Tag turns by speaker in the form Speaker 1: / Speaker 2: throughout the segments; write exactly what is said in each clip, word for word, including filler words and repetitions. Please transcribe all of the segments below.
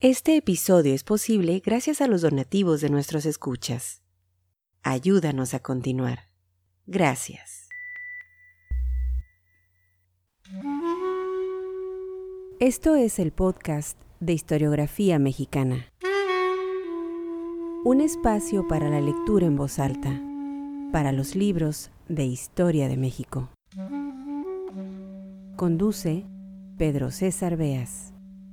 Speaker 1: Este episodio es posible gracias a los donativos de nuestros escuchas. Ayúdanos a continuar. Gracias. Esto es el podcast de Historiografía Mexicana. Un espacio para la lectura en voz alta, para los libros de Historia de México. Conduce Pedro César Beas.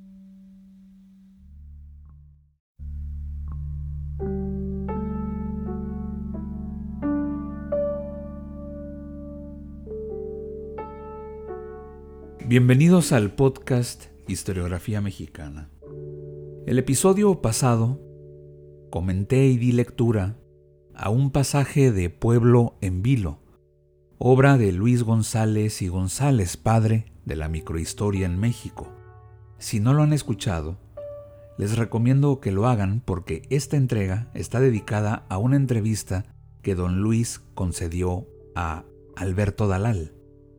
Speaker 2: Bienvenidos al podcast Historiografía Mexicana. El episodio pasado comenté y di lectura a un pasaje de Pueblo en Vilo, obra de Luis González y González, padre de la microhistoria en México. Si no lo han escuchado, les recomiendo que lo hagan porque esta entrega está dedicada a una entrevista que don Luis concedió a Alberto Dalal.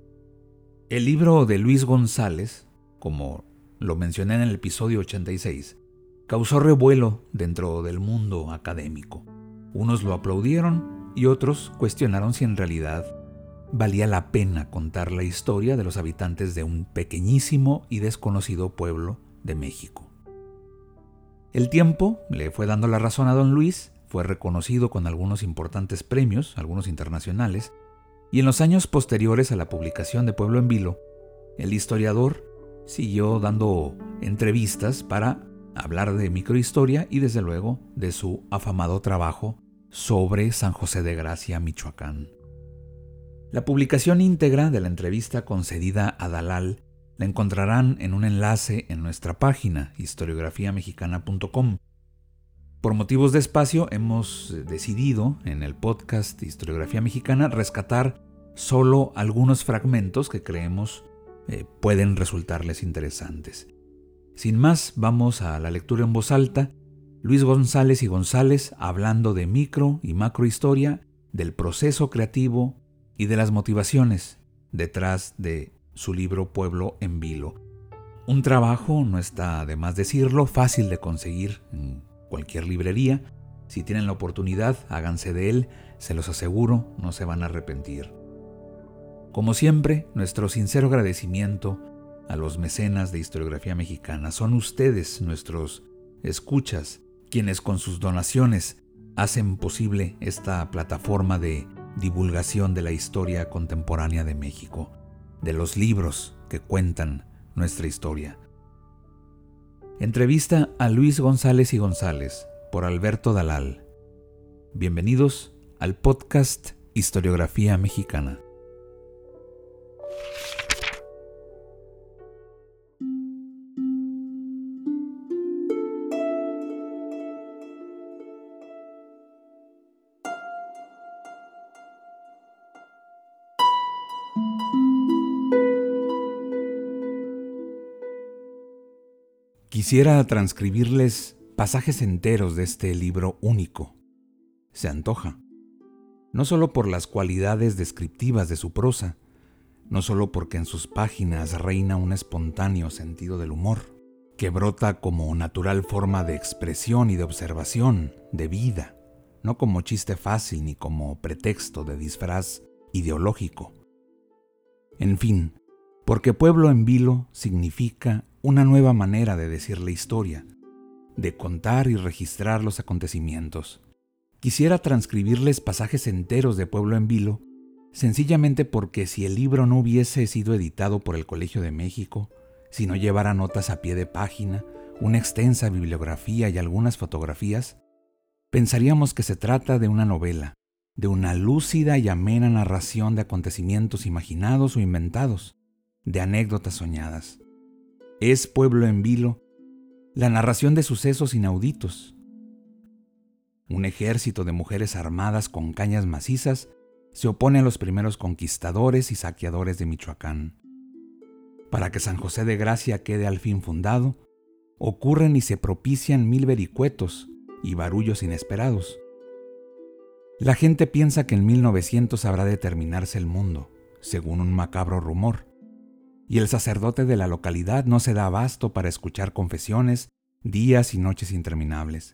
Speaker 2: El libro de Luis González, como lo mencioné en el episodio ochenta y seis, causó revuelo dentro del mundo académico. Unos lo aplaudieron y otros cuestionaron si en realidad valía la pena contar la historia de los habitantes de un pequeñísimo y desconocido pueblo de México. El tiempo le fue dando la razón a don Luis, fue reconocido con algunos importantes premios, algunos internacionales, y en los años posteriores a la publicación de Pueblo en Vilo, el historiador siguió dando entrevistas para hablar de microhistoria y desde luego de su afamado trabajo sobre San José de Gracia, Michoacán. La publicación íntegra de la entrevista concedida a Dalal la encontrarán en un enlace en nuestra página historiografía mexicana punto com. Por motivos de espacio hemos decidido en el podcast Historiografía Mexicana rescatar solo algunos fragmentos que creemos eh, pueden resultarles interesantes. Sin más, vamos a la lectura en voz alta. Luis González y González hablando de micro y macrohistoria, del proceso creativo y de las motivaciones detrás de su libro Pueblo en Vilo. Un trabajo, no está de más decirlo, fácil de conseguir en cualquier librería. Si tienen la oportunidad, háganse de él, se los aseguro, no se van a arrepentir. Como siempre, nuestro sincero agradecimiento a los mecenas de Historiografía Mexicana. Son ustedes, nuestros escuchas, quienes con sus donaciones hacen posible esta plataforma de divulgación de la historia contemporánea de México, de los libros que cuentan nuestra historia. Entrevista a Luis González y González por Alberto Dalal. Bienvenidos al podcast Historiografía Mexicana. Quisiera transcribirles pasajes enteros de este libro único. Se antoja. No solo por las cualidades descriptivas de su prosa, no solo porque en sus páginas reina un espontáneo sentido del humor, que brota como natural forma de expresión y de observación, de vida, no como chiste fácil ni como pretexto de disfraz ideológico. En fin, porque Pueblo en Vilo significa una nueva manera de decir la historia, de contar y registrar los acontecimientos. Quisiera transcribirles pasajes enteros de Pueblo en Vilo, sencillamente porque si el libro no hubiese sido editado por el Colegio de México, si no llevara notas a pie de página, una extensa bibliografía y algunas fotografías, pensaríamos que se trata de una novela, de una lúcida y amena narración de acontecimientos imaginados o inventados, de anécdotas soñadas. Es Pueblo en Vilo la narración de sucesos inauditos. Un ejército de mujeres armadas con cañas macizas se opone a los primeros conquistadores y saqueadores de Michoacán. Para que San José de Gracia quede al fin fundado, ocurren y se propician mil vericuetos y barullos inesperados. La gente piensa que en mil novecientos habrá de terminarse el mundo, según un macabro rumor, y el sacerdote de la localidad no se da abasto para escuchar confesiones días y noches interminables.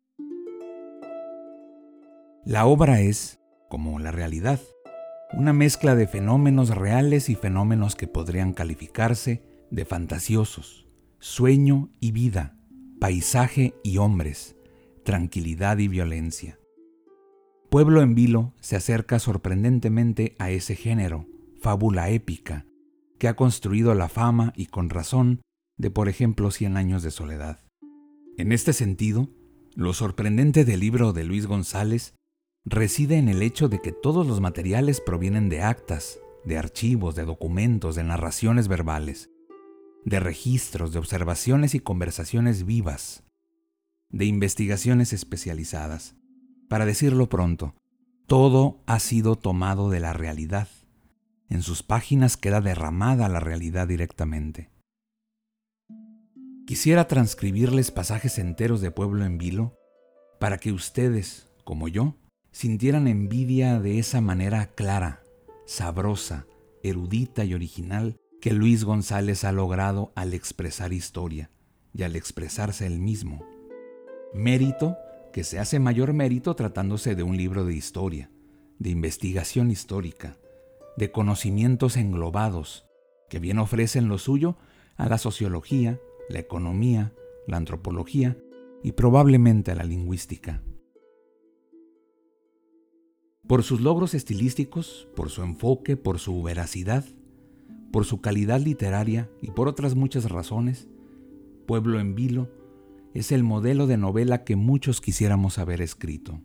Speaker 2: La obra es, como la realidad, una mezcla de fenómenos reales y fenómenos que podrían calificarse de fantasiosos, sueño y vida, paisaje y hombres, tranquilidad y violencia. Pueblo en Vilo se acerca sorprendentemente a ese género, fábula épica, que ha construido la fama y con razón de, por ejemplo, Cien años de soledad. En este sentido, lo sorprendente del libro de Luis González reside en el hecho de que todos los materiales provienen de actas, de archivos, de documentos, de narraciones verbales, de registros, de observaciones y conversaciones vivas, de investigaciones especializadas. Para decirlo pronto, todo ha sido tomado de la realidad. En sus páginas queda derramada la realidad directamente. Quisiera transcribirles pasajes enteros de Pueblo en Vilo para que ustedes, como yo, sintieran envidia de esa manera clara, sabrosa, erudita y original que Luis González ha logrado al expresar historia y al expresarse él mismo. Mérito que se hace mayor mérito tratándose de un libro de historia, de investigación histórica, de conocimientos englobados, que bien ofrecen lo suyo a la sociología, la economía, la antropología y probablemente a la lingüística. Por sus logros estilísticos, por su enfoque, por su veracidad, por su calidad literaria y por otras muchas razones, Pueblo en Vilo es el modelo de novela que muchos quisiéramos haber escrito.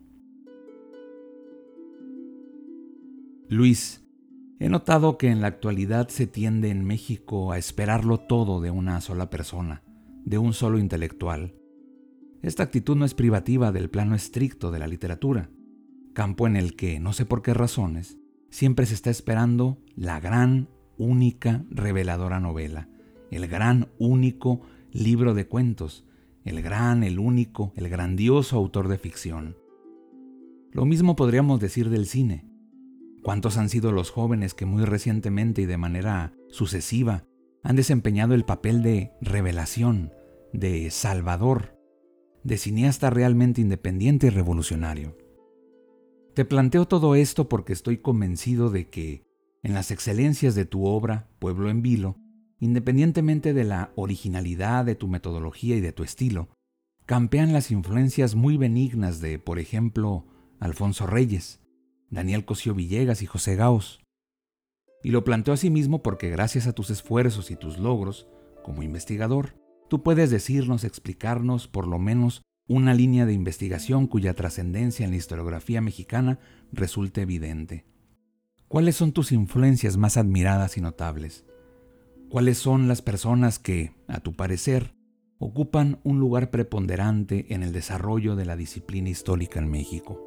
Speaker 2: Luis, he notado que en la actualidad se tiende en México a esperarlo todo de una sola persona, de un solo intelectual. Esta actitud no es privativa del plano estricto de la literatura, campo en el que, no sé por qué razones, siempre se está esperando la gran, única, reveladora novela, el gran, único libro de cuentos, el gran, el único, el grandioso autor de ficción. Lo mismo podríamos decir del cine. ¿Cuántos han sido los jóvenes que muy recientemente y de manera sucesiva han desempeñado el papel de revelación, de salvador, de cineasta realmente independiente y revolucionario? Te planteo todo esto porque estoy convencido de que en las excelencias de tu obra, Pueblo en Vilo, independientemente de la originalidad de tu metodología y de tu estilo, campean las influencias muy benignas de, por ejemplo, Alfonso Reyes, Daniel Cosío Villegas y José Gaos. Y lo planteo asimismo porque gracias a tus esfuerzos y tus logros, como investigador, tú puedes decirnos, explicarnos por lo menos una línea de investigación cuya trascendencia en la historiografía mexicana resulte evidente. ¿Cuáles son tus influencias más admiradas y notables? ¿Cuáles son las personas que, a tu parecer, ocupan un lugar preponderante en el desarrollo de la disciplina histórica en México?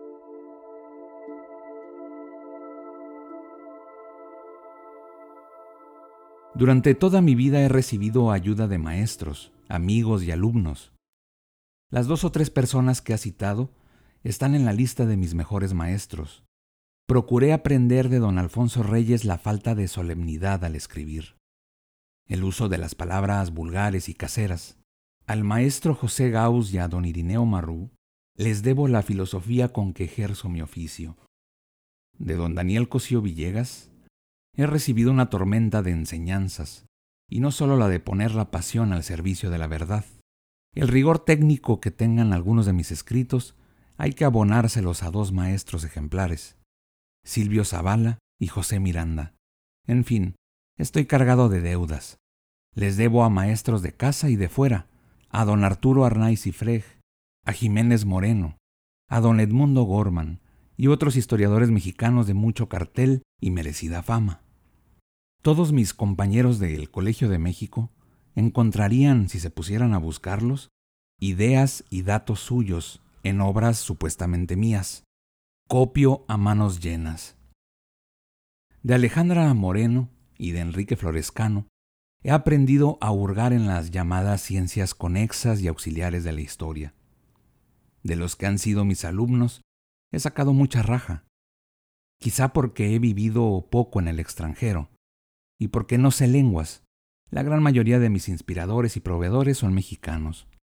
Speaker 2: Durante toda mi vida he recibido ayuda de maestros, amigos y alumnos. Las dos o tres personas que has citado están en la lista de mis mejores maestros. Procuré aprender de don Alfonso Reyes la falta de solemnidad al escribir, el uso de las palabras vulgares y caseras. Al maestro José Gaos y a don Irineo Marrú les debo la filosofía con que ejerzo mi oficio. De don Daniel Cosío Villegas he recibido una tormenta de enseñanzas, y no solo la de poner la pasión al servicio de la verdad. El rigor técnico que tengan algunos de mis escritos hay que abonárselos a dos maestros ejemplares, Silvio Zavala y José Miranda. En fin, estoy cargado de deudas. Les debo a maestros de casa y de fuera, a don Arturo Arnaiz y Freg, a Jiménez Moreno, a don Edmundo Gorman y otros historiadores mexicanos de mucho cartel y merecida fama. Todos mis compañeros del Colegio de México encontrarían, si se pusieran a buscarlos, ideas y datos suyos en obras supuestamente mías. Copio a manos llenas. De Alejandra Moreno y de Enrique Florescano he aprendido a hurgar en las llamadas ciencias conexas y auxiliares de la historia. De los que han sido mis alumnos he sacado mucha raja, quizá porque he vivido poco en el extranjero y porque no sé lenguas. La gran mayoría de mis inspiradores y proveedores son mexicanos.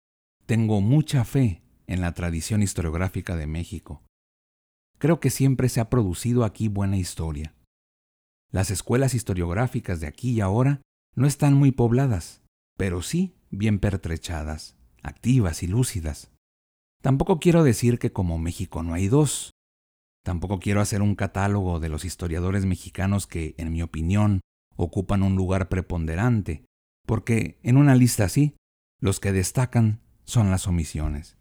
Speaker 2: Tengo mucha fe en la tradición historiográfica de México. Creo que siempre se ha producido aquí buena historia. Las escuelas historiográficas de aquí y ahora no están muy pobladas, pero sí bien pertrechadas, activas y lúcidas. Tampoco quiero decir que como México no hay dos. Tampoco quiero hacer un catálogo de los historiadores mexicanos que, en mi opinión, ocupan un lugar preponderante, porque en una lista así, los que destacan son las omisiones.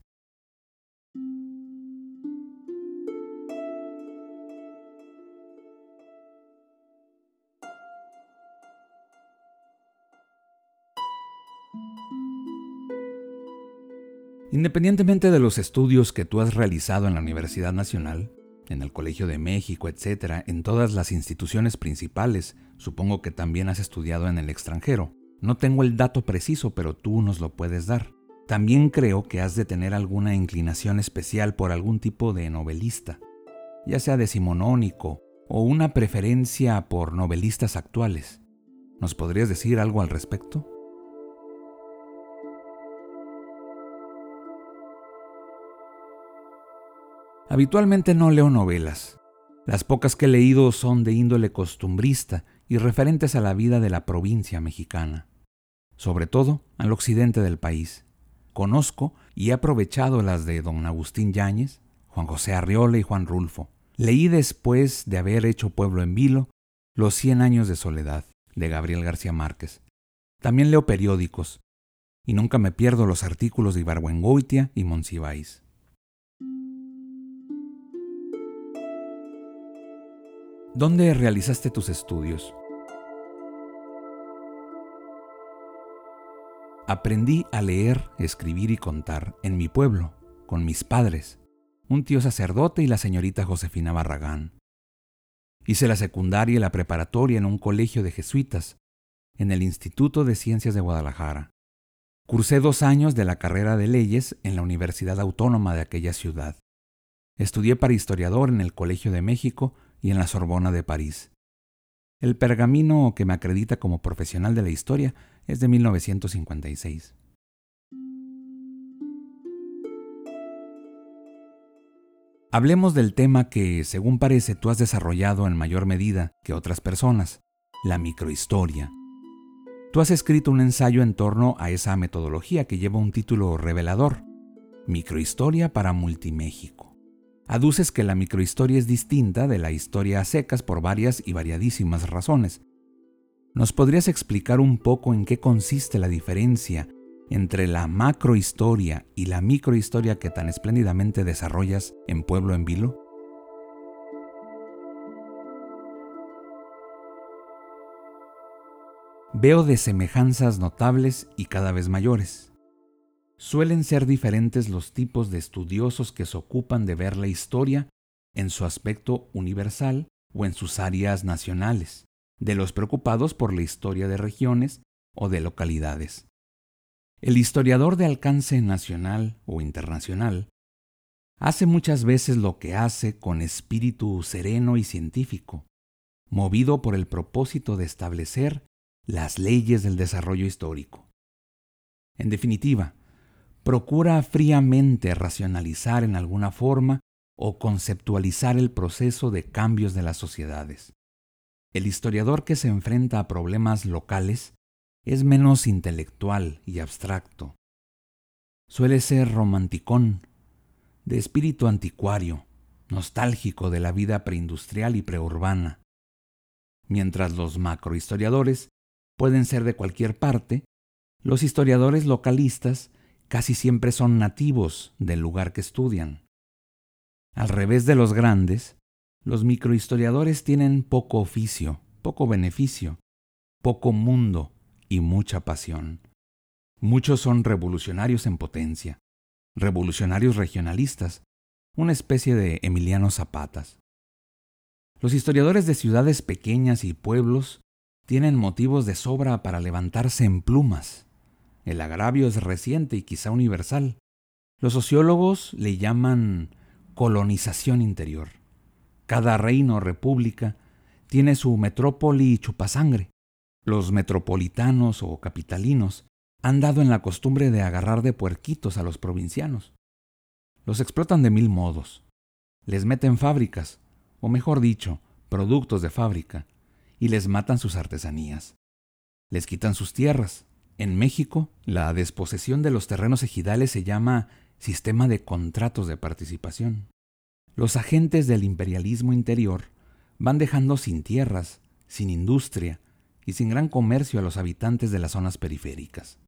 Speaker 2: Independientemente de los estudios que tú has realizado en la Universidad Nacional, en el Colegio de México, etcétera, en todas las instituciones principales, supongo que también has estudiado en el extranjero. No tengo el dato preciso, pero tú nos lo puedes dar. También creo que has de tener alguna inclinación especial por algún tipo de novelista, ya sea decimonónico o una preferencia por novelistas actuales. ¿Nos podrías decir algo al respecto? Habitualmente no leo novelas. Las pocas que he leído son de índole costumbrista y referentes a la vida de la provincia mexicana, sobre todo al occidente del país. Conozco y he aprovechado las de don Agustín Yáñez, Juan José Arriola y Juan Rulfo. Leí después de haber hecho Pueblo en Vilo, Los cien años de soledad, de Gabriel García Márquez. También leo periódicos, y nunca me pierdo los artículos de Ibargüengoitia y Monsiváis. ¿Dónde realizaste tus estudios? Aprendí a leer, escribir y contar en mi pueblo, con mis padres, un tío sacerdote y la señorita Josefina Barragán. Hice la secundaria y la preparatoria en un colegio de jesuitas, en el Instituto de Ciencias de Guadalajara. Cursé dos años de la carrera de leyes en la Universidad Autónoma de aquella ciudad. Estudié para historiador en el Colegio de México y en la Sorbona de París. El pergamino que me acredita como profesional de la historia es de mil novecientos cincuenta y seis. Hablemos del tema que, según parece, tú has desarrollado en mayor medida que otras personas, la microhistoria. Tú has escrito un ensayo en torno a esa metodología que lleva un título revelador, Microhistoria para Multiméxico. Aduces que la microhistoria es distinta de la historia a secas por varias y variadísimas razones. ¿Nos podrías explicar un poco en qué consiste la diferencia entre la macrohistoria y la microhistoria que tan espléndidamente desarrollas en Pueblo en Vilo? Veo de semejanzas notables y cada vez mayores. Suelen ser diferentes los tipos de estudiosos que se ocupan de ver la historia en su aspecto universal o en sus áreas nacionales, de los preocupados por la historia de regiones o de localidades. El historiador de alcance nacional o internacional hace muchas veces lo que hace con espíritu sereno y científico, movido por el propósito de establecer las leyes del desarrollo histórico. En definitiva, procura fríamente racionalizar en alguna forma o conceptualizar el proceso de cambios de las sociedades. El historiador que se enfrenta a problemas locales es menos intelectual y abstracto. Suele ser romanticón, de espíritu anticuario, nostálgico de la vida preindustrial y preurbana. Mientras los macrohistoriadores pueden ser de cualquier parte, los historiadores localistas casi siempre son nativos del lugar que estudian. Al revés de los grandes, los microhistoriadores tienen poco oficio, poco beneficio, poco mundo y mucha pasión. Muchos son revolucionarios en potencia, revolucionarios regionalistas, una especie de Emiliano Zapatas. Los historiadores de ciudades pequeñas y pueblos tienen motivos de sobra para levantarse en plumas. El agravio es reciente y quizá universal. Los sociólogos le llaman colonización interior. Cada reino o república tiene su metrópoli y chupasangre. Los metropolitanos o capitalinos han dado en la costumbre de agarrar de puerquitos a los provincianos. Los explotan de mil modos. Les meten fábricas, o mejor dicho, productos de fábrica, y les matan sus artesanías. Les quitan sus tierras. En México, la desposesión de los terrenos ejidales se llama sistema de contratos de participación. Los agentes del imperialismo interior van dejando sin tierras, sin industria y sin gran comercio a los habitantes de las zonas periféricas.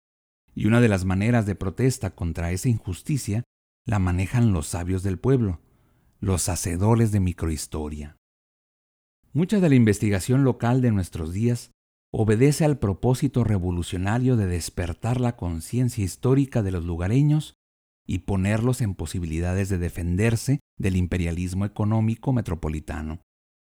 Speaker 2: Y una de las maneras de protesta contra esa injusticia la manejan los sabios del pueblo, los hacedores de microhistoria. Mucha de la investigación local de nuestros días obedece al propósito revolucionario de despertar la conciencia histórica de los lugareños y ponerlos en posibilidades de defenderse del imperialismo económico metropolitano.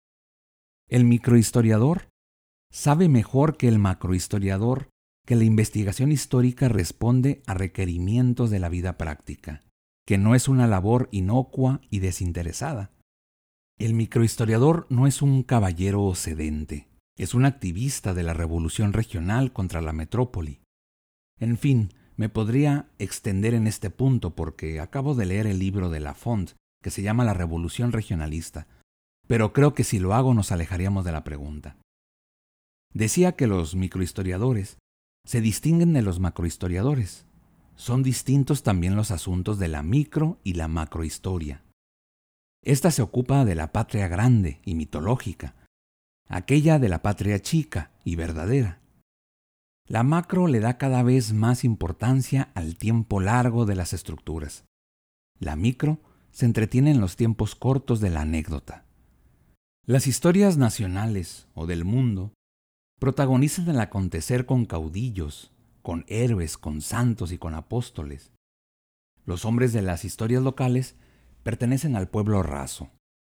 Speaker 2: El microhistoriador sabe mejor que el macrohistoriador que la investigación histórica responde a requerimientos de la vida práctica, que no es una labor inocua y desinteresada. El microhistoriador no es un caballero sedente, es un activista de la revolución regional contra la metrópoli. En fin, me podría extender en este punto porque acabo de leer el libro de Lafont, que se llama La Revolución Regionalista, pero creo que si lo hago nos alejaríamos de la pregunta. Decía que los microhistoriadores se distinguen de los macrohistoriadores. Son distintos también los asuntos de la micro y la macrohistoria. Esta se ocupa de la patria grande y mitológica, aquella de la patria chica y verdadera. La macro le da cada vez más importancia al tiempo largo de las estructuras. La micro se entretiene en los tiempos cortos de la anécdota. Las historias nacionales o del mundo protagonizan el acontecer con caudillos, con héroes, con santos y con apóstoles. Los hombres de las historias locales pertenecen al pueblo raso.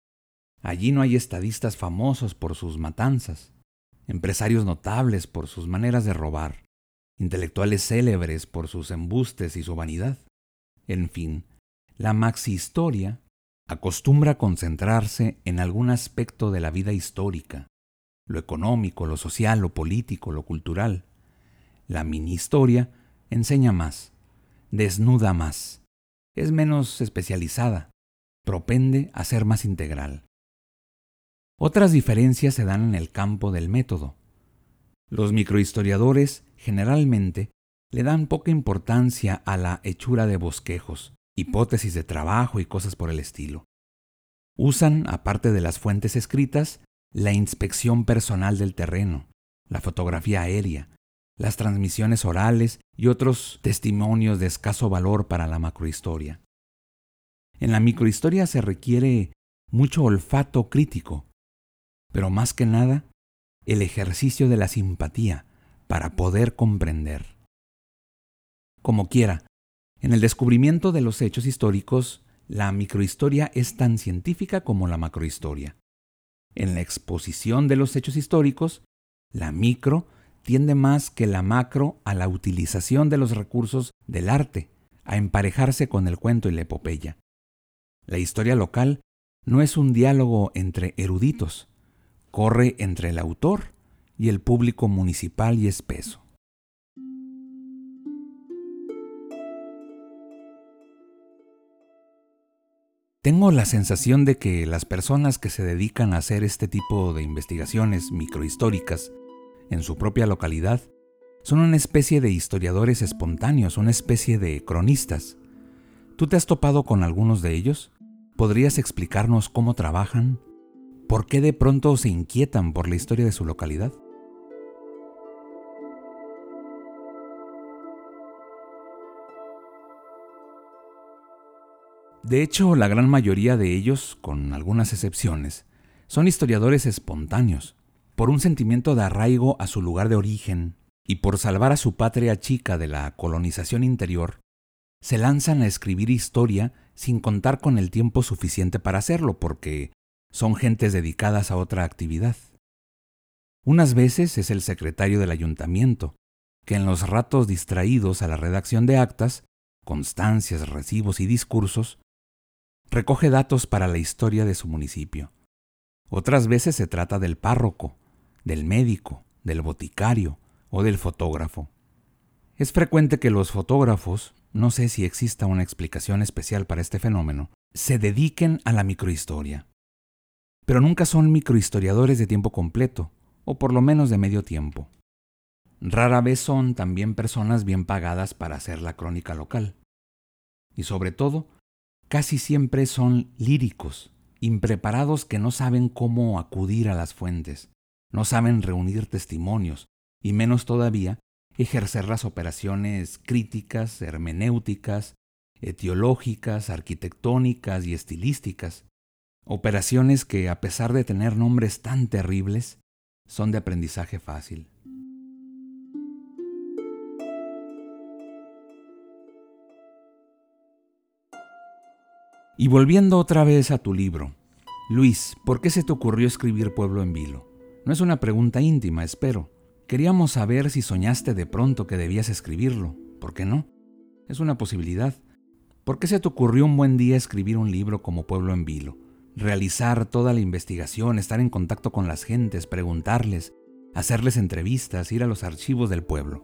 Speaker 2: Allí no hay estadistas famosos por sus matanzas, empresarios notables por sus maneras de robar, intelectuales célebres por sus embustes y su vanidad. En fin, la maxihistoria acostumbra a concentrarse en algún aspecto de la vida histórica, lo económico, lo social, lo político, lo cultural. La minihistoria enseña más, desnuda más, es menos especializada, propende a ser más integral. Otras diferencias se dan en el campo del método. Los microhistoriadores generalmente le dan poca importancia a la hechura de bosquejos, hipótesis de trabajo y cosas por el estilo. Usan, aparte de las fuentes escritas, la inspección personal del terreno, la fotografía aérea, las transmisiones orales y otros testimonios de escaso valor para la macrohistoria. En la microhistoria se requiere mucho olfato crítico, pero más que nada, el ejercicio de la simpatía para poder comprender. Como quiera, en el descubrimiento de los hechos históricos, la microhistoria es tan científica como la macrohistoria. En la exposición de los hechos históricos, la micro tiende más que la macro a la utilización de los recursos del arte, a emparejarse con el cuento y la epopeya. La historia local no es un diálogo entre eruditos, corre entre el autor y el público municipal y espeso. Tengo la sensación de que las personas que se dedican a hacer este tipo de investigaciones microhistóricas en su propia localidad son una especie de historiadores espontáneos, una especie de cronistas. ¿Tú te has topado con algunos de ellos? ¿Podrías explicarnos cómo trabajan? ¿Por qué de pronto se inquietan por la historia de su localidad? De hecho, la gran mayoría de ellos, con algunas excepciones, son historiadores espontáneos, por un sentimiento de arraigo a su lugar de origen y por salvar a su patria chica de la colonización interior, se lanzan a escribir historia sin contar con el tiempo suficiente para hacerlo, porque son gentes dedicadas a otra actividad. Unas veces es el secretario del ayuntamiento, que en los ratos distraídos a la redacción de actas, constancias, recibos y discursos, recoge datos para la historia de su municipio. Otras veces se trata del párroco, del médico, del boticario o del fotógrafo. Es frecuente que los fotógrafos, no sé si exista una explicación especial para este fenómeno, se dediquen a la microhistoria. Pero nunca son microhistoriadores de tiempo completo, o por lo menos de medio tiempo. Rara vez son también personas bien pagadas para hacer la crónica local. Y sobre todo, casi siempre son líricos, impreparados que no saben cómo acudir a las fuentes, no saben reunir testimonios, y menos todavía ejercer las operaciones críticas, hermenéuticas, etiológicas, arquitectónicas y estilísticas, operaciones que, a pesar de tener nombres tan terribles, son de aprendizaje fácil. Y volviendo otra vez a tu libro, Luis, ¿por qué se te ocurrió escribir Pueblo en Vilo? No es una pregunta íntima, espero. Queríamos saber si soñaste de pronto que debías escribirlo. ¿Por qué no? Es una posibilidad. ¿Por qué se te ocurrió un buen día escribir un libro como Pueblo en Vilo? Realizar toda la investigación, estar en contacto con las gentes, preguntarles, hacerles entrevistas, ir a los archivos del pueblo.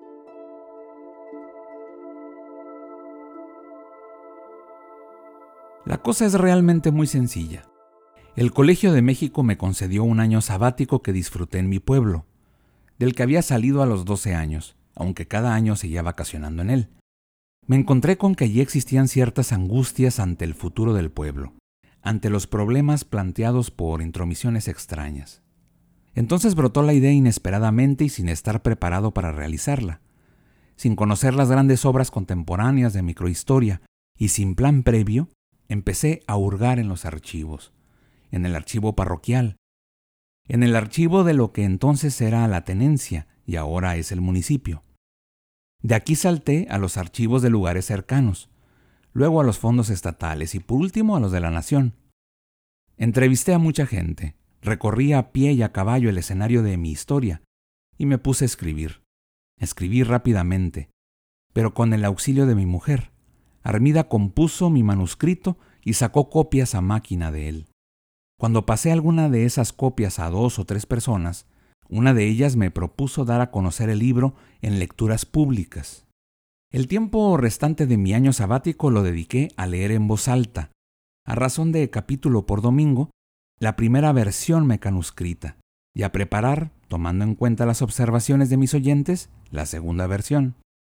Speaker 2: La cosa es realmente muy sencilla. El Colegio de México me concedió un año sabático que disfruté en mi pueblo, del que había salido a los doce años, aunque cada año seguía vacacionando en él. Me encontré con que allí existían ciertas angustias ante el futuro del pueblo, ante los problemas planteados por intromisiones extrañas. Entonces brotó la idea inesperadamente y sin estar preparado para realizarla. Sin conocer las grandes obras contemporáneas de microhistoria y sin plan previo, empecé a hurgar en los archivos, en el archivo parroquial, en el archivo de lo que entonces era la tenencia y ahora es el municipio. De aquí salté a los archivos de lugares cercanos, luego a los fondos estatales y por último a los de la nación. Entrevisté a mucha gente, recorrí a pie y a caballo el escenario de mi historia y me puse a escribir. Escribí rápidamente, pero con el auxilio de mi mujer. Armida compuso mi manuscrito y sacó copias a máquina de él. Cuando pasé alguna de esas copias a dos o tres personas, una de ellas me propuso dar a conocer el libro en lecturas públicas. El tiempo restante de mi año sabático lo dediqué a leer en voz alta, a razón de capítulo por domingo, la primera versión mecanuscrita, y a preparar, tomando en cuenta las observaciones de mis oyentes, la segunda versión.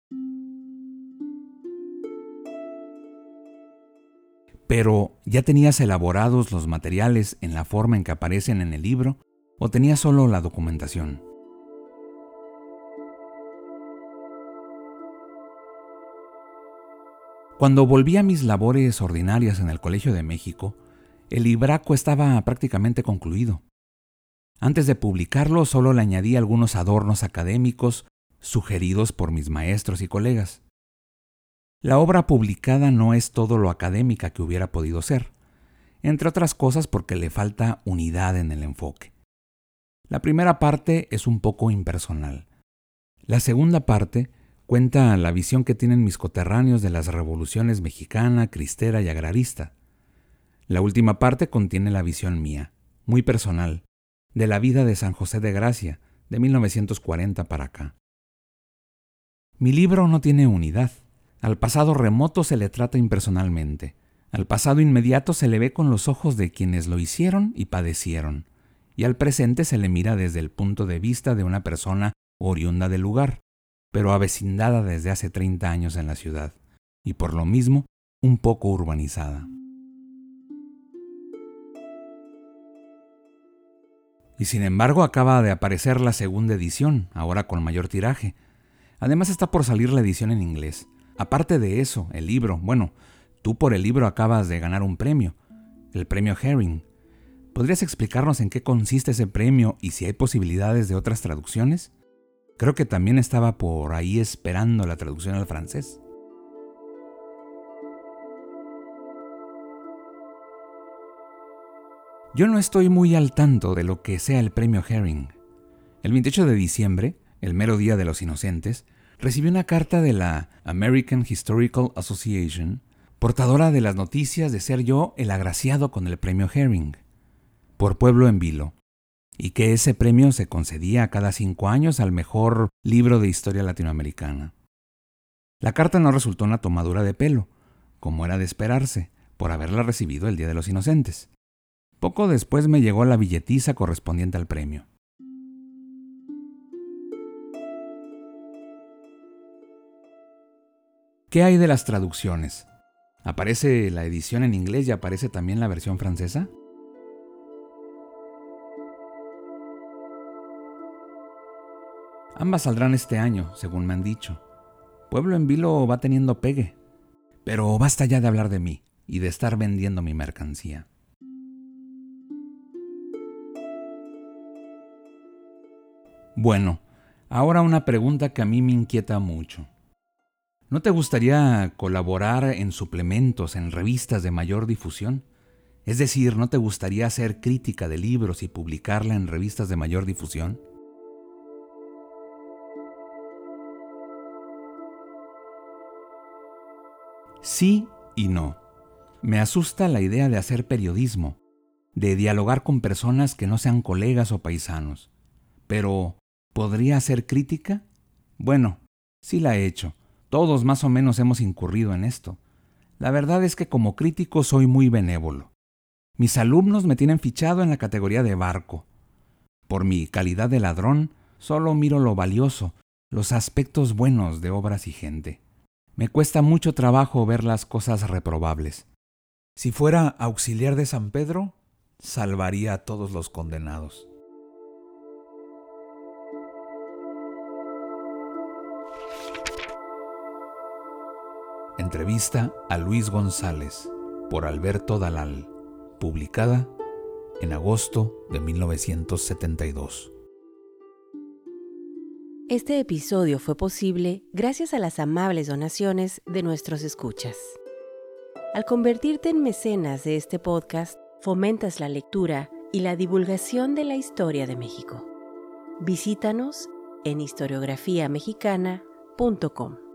Speaker 2: Pero, ¿ya tenías elaborados los materiales en la forma en que aparecen en el libro o tenías solo la documentación? Cuando volví a mis labores ordinarias en el Colegio de México, el libraco estaba prácticamente concluido. Antes de publicarlo, solo le añadí algunos adornos académicos sugeridos por mis maestros y colegas. La obra publicada no es todo lo académica que hubiera podido ser, entre otras cosas porque le falta unidad en el enfoque. La primera parte es un poco impersonal. La segunda parte cuenta la visión que tienen mis coterráneos de las revoluciones mexicana, cristera y agrarista. La última parte contiene la visión mía, muy personal, de la vida de San José de Gracia, de mil novecientos cuarenta para acá. Mi libro no tiene unidad. Al pasado remoto se le trata impersonalmente. Al pasado inmediato se le ve con los ojos de quienes lo hicieron y padecieron. Y al presente se le mira desde el punto de vista de una persona oriunda del lugar, pero avecindada desde hace treinta años en la ciudad, y por lo mismo un poco urbanizada. Y sin embargo acaba de aparecer la segunda edición, ahora con mayor tiraje. Además está por salir la edición en inglés. Aparte de eso, el libro, bueno, tú por el libro acabas de ganar un premio, el premio Herring. ¿Podrías explicarnos en qué consiste ese premio y si hay posibilidades de otras traducciones? Creo que también estaba por ahí esperando la traducción al francés. Yo no estoy muy al tanto de lo que sea el premio Herring. El veintiocho de diciembre, el mero día de los inocentes, recibí una carta de la American Historical Association, portadora de las noticias de ser yo el agraciado con el premio Herring, por Pueblo en Vilo, y que ese premio se concedía cada cinco años al mejor libro de historia latinoamericana. La carta no resultó una tomadura de pelo, como era de esperarse, por haberla recibido el Día de los Inocentes. Poco después me llegó la billetiza correspondiente al premio. ¿Qué hay de las traducciones? ¿Aparece la edición en inglés y aparece también la versión francesa? Ambas saldrán este año, según me han dicho. Pueblo en Vilo va teniendo pegue. Pero basta ya de hablar de mí y de estar vendiendo mi mercancía. Bueno, ahora una pregunta que a mí me inquieta mucho. ¿No te gustaría colaborar en suplementos, en revistas de mayor difusión? Es decir, ¿no te gustaría hacer crítica de libros y publicarla en revistas de mayor difusión? Sí y no. Me asusta la idea de hacer periodismo, de dialogar con personas que no sean colegas o paisanos. Pero, ¿podría hacer crítica? Bueno, sí la he hecho. Todos más o menos hemos incurrido en esto. La verdad es que como crítico soy muy benévolo. Mis alumnos me tienen fichado en la categoría de barco. Por mi calidad de ladrón, solo miro lo valioso, los aspectos buenos de obras y gente. Me cuesta mucho trabajo ver las cosas reprobables. Si fuera auxiliar de San Pedro, salvaría a todos los condenados. Entrevista a Luis González, por Alberto Dalal, publicada en agosto de mil novecientos setenta y dos.
Speaker 1: Este episodio fue posible gracias a las amables donaciones de nuestros escuchas. Al convertirte en mecenas de este podcast, fomentas la lectura y la divulgación de la historia de México. Visítanos en historiografía mexicana punto com.